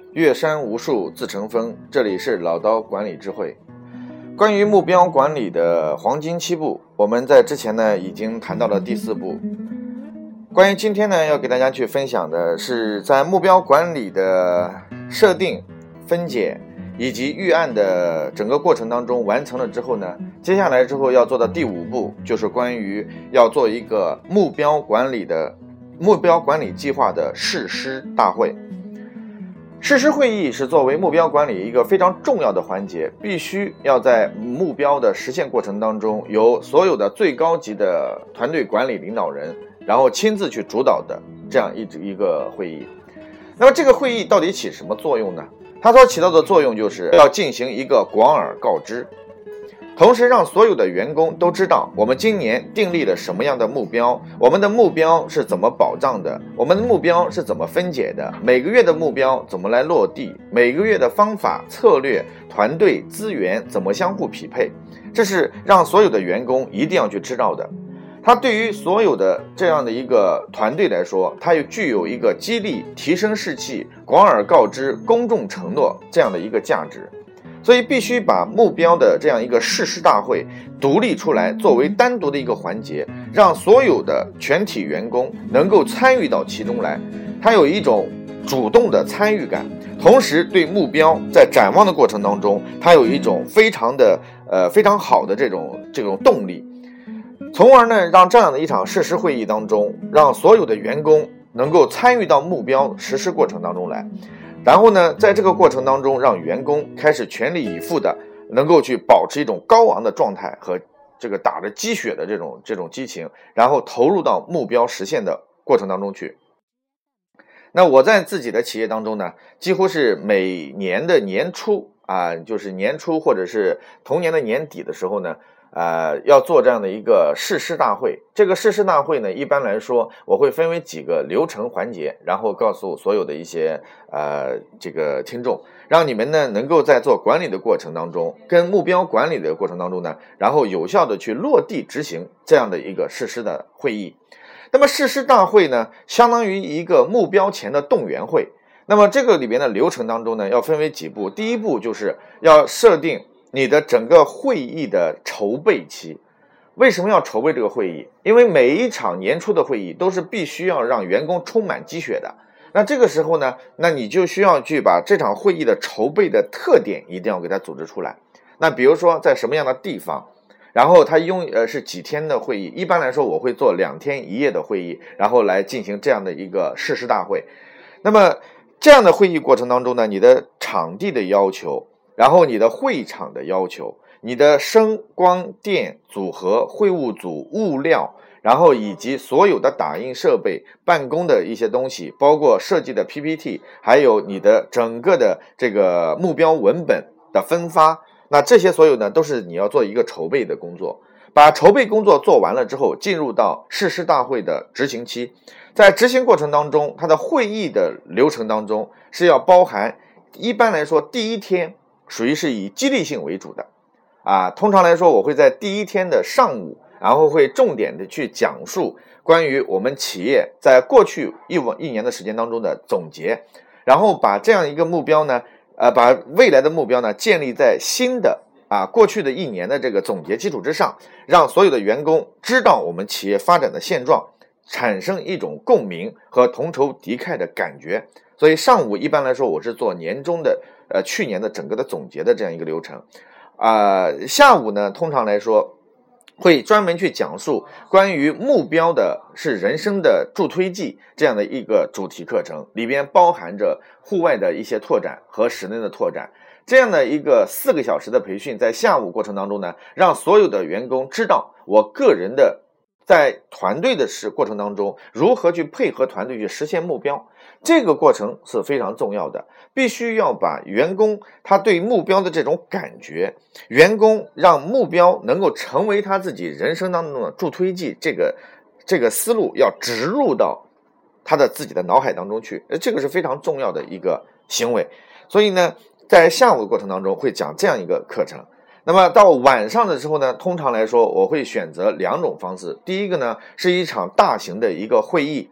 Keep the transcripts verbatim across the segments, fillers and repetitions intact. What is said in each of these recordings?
岳山无数自成峰，这里是老刀管理智慧。关于目标管理的黄金七步，我们在之前呢已经谈到了第四步。关于今天呢要给大家去分享的是，在目标管理的设定、分解以及预案的整个过程当中完成了之后呢，接下来之后要做的第五步，就是关于要做一个目标管理的目标管理计划的誓师大会。誓师会议是作为目标管理一个非常重要的环节，必须要在目标的实现过程当中，由所有的最高级的团队管理领导人，然后亲自去主导的这样一一个会议。那么这个会议到底起什么作用呢？它所起到的作用就是要进行一个广而告之，同时让所有的员工都知道我们今年订立了什么样的目标，我们的目标是怎么保障的，我们的目标是怎么分解的，每个月的目标怎么来落地，每个月的方法、策略、团队、资源怎么相互匹配，这是让所有的员工一定要去知道的。它对于所有的这样的一个团队来说，它又具有一个激励、提升士气、广而告之、公众承诺这样的一个价值。所以必须把目标的这样一个誓师大会独立出来，作为单独的一个环节，让所有的全体员工能够参与到其中来，它有一种主动的参与感，同时对目标在展望的过程当中，它有一种非常的呃非常好的这种这种动力，从而呢让这样的一场誓师会议当中，让所有的员工能够参与到目标实施过程当中来。然后呢，在这个过程当中，让员工开始全力以赴的，能够去保持一种高昂的状态和这个打着鸡血的这种这种激情，然后投入到目标实现的过程当中去。那我在自己的企业当中呢，几乎是每年的年初啊，就是年初或者是同年的年底的时候呢，呃，要做这样的一个誓师大会。这个誓师大会呢，一般来说我会分为几个流程环节，然后告诉所有的一些呃这个听众，让你们呢能够在做管理的过程当中，跟目标管理的过程当中呢，然后有效的去落地执行这样的一个誓师的会议。那么誓师大会呢，相当于一个目标前的动员会。那么这个里边的流程当中呢，要分为几步。第一步就是要设定你的整个会议的筹备期。为什么要筹备这个会议？因为每一场年初的会议都是必须要让员工充满鸡血的。那这个时候呢，那你就需要去把这场会议的筹备的特点一定要给它组织出来。那比如说在什么样的地方，然后它用呃是几天的会议，一般来说我会做两天一夜的会议，然后来进行这样的一个誓师大会。那么这样的会议过程当中呢，你的场地的要求，然后你的会场的要求，你的声光电组合、会务组、物料，然后以及所有的打印设备、办公的一些东西，包括设计的 P P T， 还有你的整个的这个目标文本的分发，那这些所有呢都是你要做一个筹备的工作。把筹备工作做完了之后，进入到誓师大会的执行期。在执行过程当中，它的会议的流程当中是要包含，一般来说第一天属于是以激励性为主的啊。通常来说，我会在第一天的上午，然后会重点的去讲述关于我们企业在过去一一年的时间当中的总结，然后把这样一个目标呢，呃，把未来的目标呢建立在新的啊过去的一年的这个总结基础之上，让所有的员工知道我们企业发展的现状，产生一种共鸣和同仇敌忾的感觉。所以上午一般来说我是做年终的呃去年的整个的总结的这样一个流程啊、呃，下午呢通常来说会专门去讲述关于目标的是人生的助推剂这样的一个主题课程，里边包含着户外的一些拓展和室内的拓展，这样的一个四个小时的培训，在下午过程当中呢，让所有的员工知道我个人的在团队的事过程当中如何去配合团队去实现目标，这个过程是非常重要的。必须要把员工他对目标的这种感觉，员工让目标能够成为他自己人生当中的助推剂，这个这个思路要植入到他的自己的脑海当中去，这个是非常重要的一个行为。所以呢，在下午的过程当中会讲这样一个课程。那么到晚上的时候呢，通常来说我会选择两种方式。第一个呢，是一场大型的一个会议，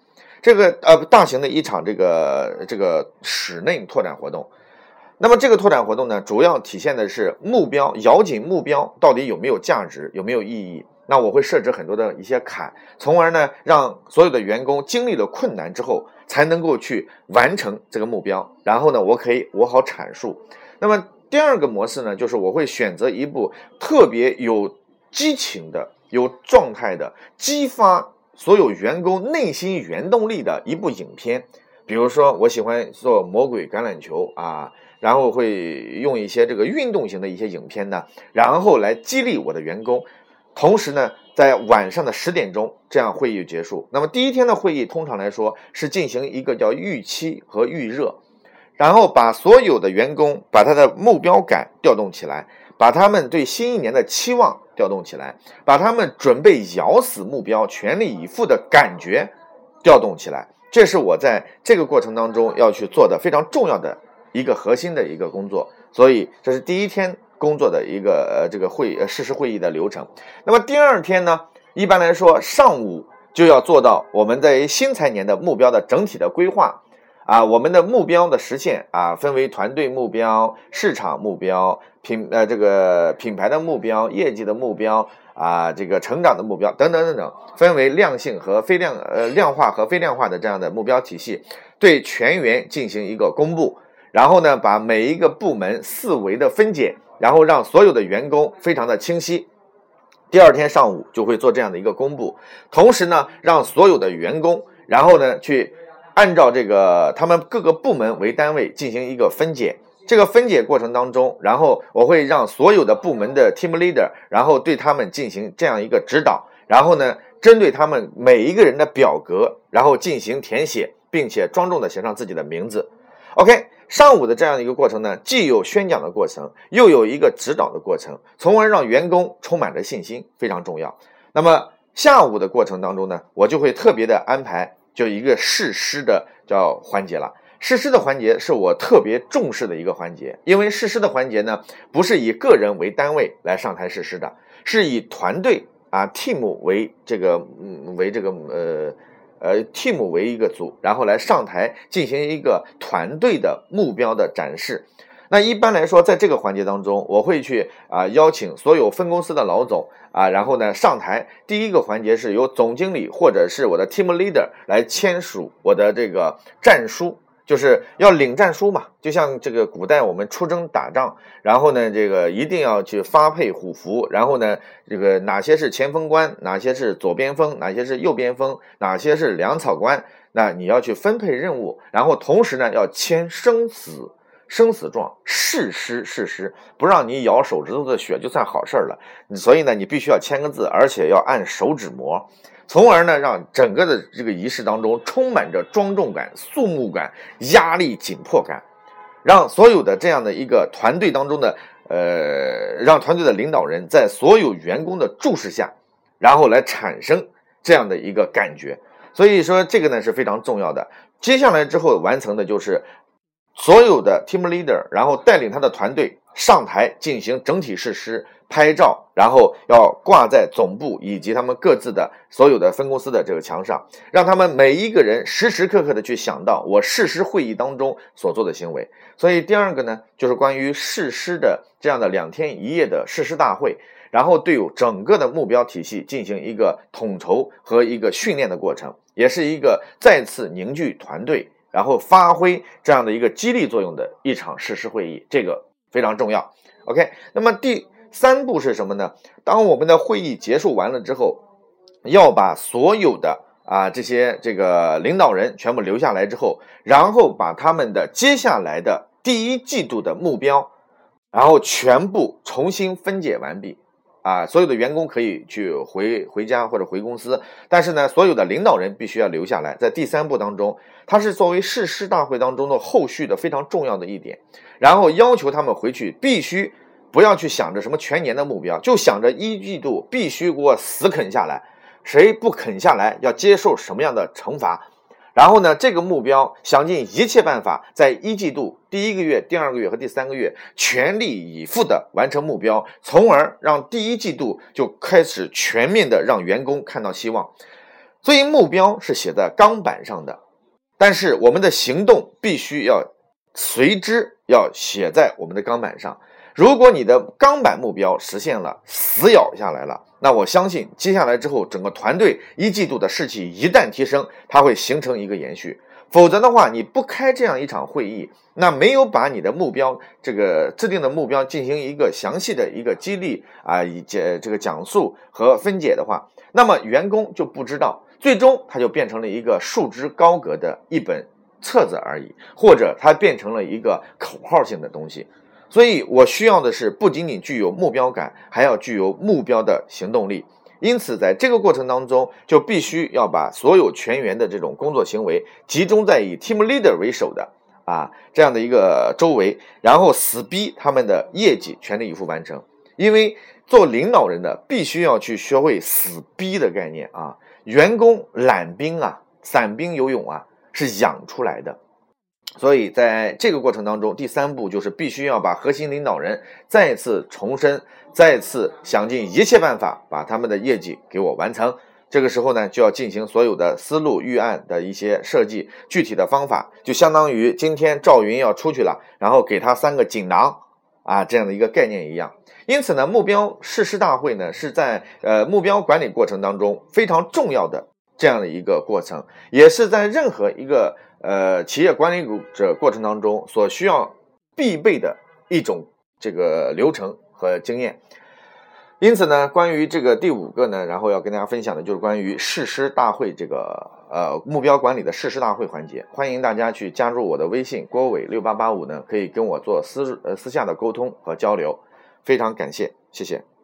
这个呃大型的一场这个这个室内拓展活动。那么这个拓展活动呢，主要体现的是目标，咬紧目标到底有没有价值，有没有意义。那我会设置很多的一些坎，从而呢让所有的员工经历了困难之后才能够去完成这个目标，然后呢我可以我好阐述。那么第二个模式呢，就是我会选择一部特别有激情的、有状态的、激发所有员工内心原动力的一部影片。比如说我喜欢做魔鬼橄榄球啊，然后会用一些这个运动型的一些影片呢，然后来激励我的员工。同时呢，在晚上的十点钟，这样会议结束。那么第一天的会议通常来说是进行一个叫预期和预热，然后把所有的员工把他的目标感调动起来，把他们对新一年的期望调动起来，把他们准备咬死目标、全力以赴的感觉调动起来。这是我在这个过程当中要去做的非常重要的一个核心的一个工作。所以这是第一天工作的一个呃这个会呃事实会议的流程。那么第二天呢，一般来说上午就要做到我们在新财年的目标的整体的规划啊，我们的目标的实现啊，分为团队目标、市场目标、品呃这个品牌的目标、业绩的目标啊，这个成长的目标等等等等，分为量性和非量呃量化和非量化的这样的目标体系，对全员进行一个公布。然后呢，把每一个部门四维的分解，然后让所有的员工非常的清晰。第二天上午就会做这样的一个公布，同时呢，让所有的员工，然后呢去按照这个他们各个部门为单位进行一个分解。这个分解过程当中，然后我会让所有的部门的 team leader， 然后对他们进行这样一个指导，然后呢，针对他们每一个人的表格，然后进行填写，并且庄重的写上自己的名字。OK， 上午的这样一个过程呢，既有宣讲的过程，又有一个指导的过程，从而让员工充满着信心，非常重要。那么下午的过程当中呢，我就会特别的安排就一个试师的叫环节了。试师的环节是我特别重视的一个环节，因为试师的环节呢，不是以个人为单位来上台试师的，是以团队啊 team 为这个嗯为这个呃呃 team 为一个组，然后来上台进行一个团队的目标的展示。那一般来说，在这个环节当中，我会去啊邀请所有分公司的老总啊，然后呢上台。第一个环节是由总经理或者是我的 team leader 来签署我的这个战书。就是要领战书嘛，就像这个古代我们出征打仗，然后呢，这个一定要去发配虎符，然后呢，这个哪些是前锋官，哪些是左边锋，哪些是右边锋，哪些是粮草官，那你要去分配任务，然后同时呢，要签生死生死状，誓师誓师，不让你咬手指头的血就算好事了。所以呢，你必须要签个字，而且要按手指模。从而呢，让整个的这个仪式当中充满着庄重感、肃穆感、压力紧迫感，让所有的这样的一个团队当中的呃，让团队的领导人在所有员工的注视下，然后来产生这样的一个感觉。所以说这个呢是非常重要的。接下来之后完成的就是所有的 team leader， 然后带领他的团队上台进行整体誓师。拍照，然后要挂在总部以及他们各自的所有的分公司的这个墙上，让他们每一个人时时刻刻的去想到我誓师会议当中所做的行为。所以第二个呢，就是关于誓师的这样的两天一夜的誓师大会，然后对整个的目标体系进行一个统筹和一个训练的过程，也是一个再次凝聚团队，然后发挥这样的一个激励作用的一场誓师会议，这个非常重要。OK， 那么第三步是什么呢？当我们的会议结束完了之后，要把所有的啊这些这个领导人全部留下来之后，然后把他们的接下来的第一季度的目标，然后全部重新分解完毕。啊，所有的员工可以去回回家或者回公司，但是呢，所有的领导人必须要留下来。在第三步当中，它是作为誓师大会当中的后续的非常重要的一点，然后要求他们回去必须。不要去想着什么全年的目标，就想着一季度必须给我死啃下来，谁不啃下来要接受什么样的惩罚。然后呢，这个目标想尽一切办法，在一季度第一个月、第二个月和第三个月全力以赴的完成目标，从而让第一季度就开始全面的让员工看到希望。 所以目标是写在钢板上的，但是我们的行动必须要随之要写在我们的钢板上。如果你的钢板目标实现了，死咬下来了，那我相信接下来之后整个团队一季度的士气一旦提升，它会形成一个延续。否则的话，你不开这样一场会议，那没有把你的目标这个制定的目标进行一个详细的一个激励啊，以及这个讲述和分解的话，那么员工就不知道，最终它就变成了一个束之高阁的一本册子而已，或者它变成了一个口号性的东西。所以我需要的是不仅仅具有目标感，还要具有目标的行动力。因此在这个过程当中，就必须要把所有全员的这种工作行为集中在以 team leader 为首的啊这样的一个周围，然后死逼他们的业绩全力以赴完成。因为做领导人的必须要去学会死逼的概念啊，员工懒兵啊，散兵游泳啊是养出来的。所以在这个过程当中，第三步就是必须要把核心领导人再次重申，再次想尽一切办法把他们的业绩给我完成。这个时候呢，就要进行所有的思路预案的一些设计，具体的方法就相当于今天赵云要出去了，然后给他三个锦囊啊这样的一个概念一样。因此呢，目标誓师大会呢是在呃目标管理过程当中非常重要的这样的一个过程，也是在任何一个呃企业管理者过程当中所需要必备的一种这个流程和经验。因此呢，关于这个第五个呢，然后要跟大家分享的就是关于誓师大会这个呃目标管理的誓师大会环节。欢迎大家去加入我的微信郭伟六八八五呢，可以跟我做私呃私下的沟通和交流。非常感谢，谢谢。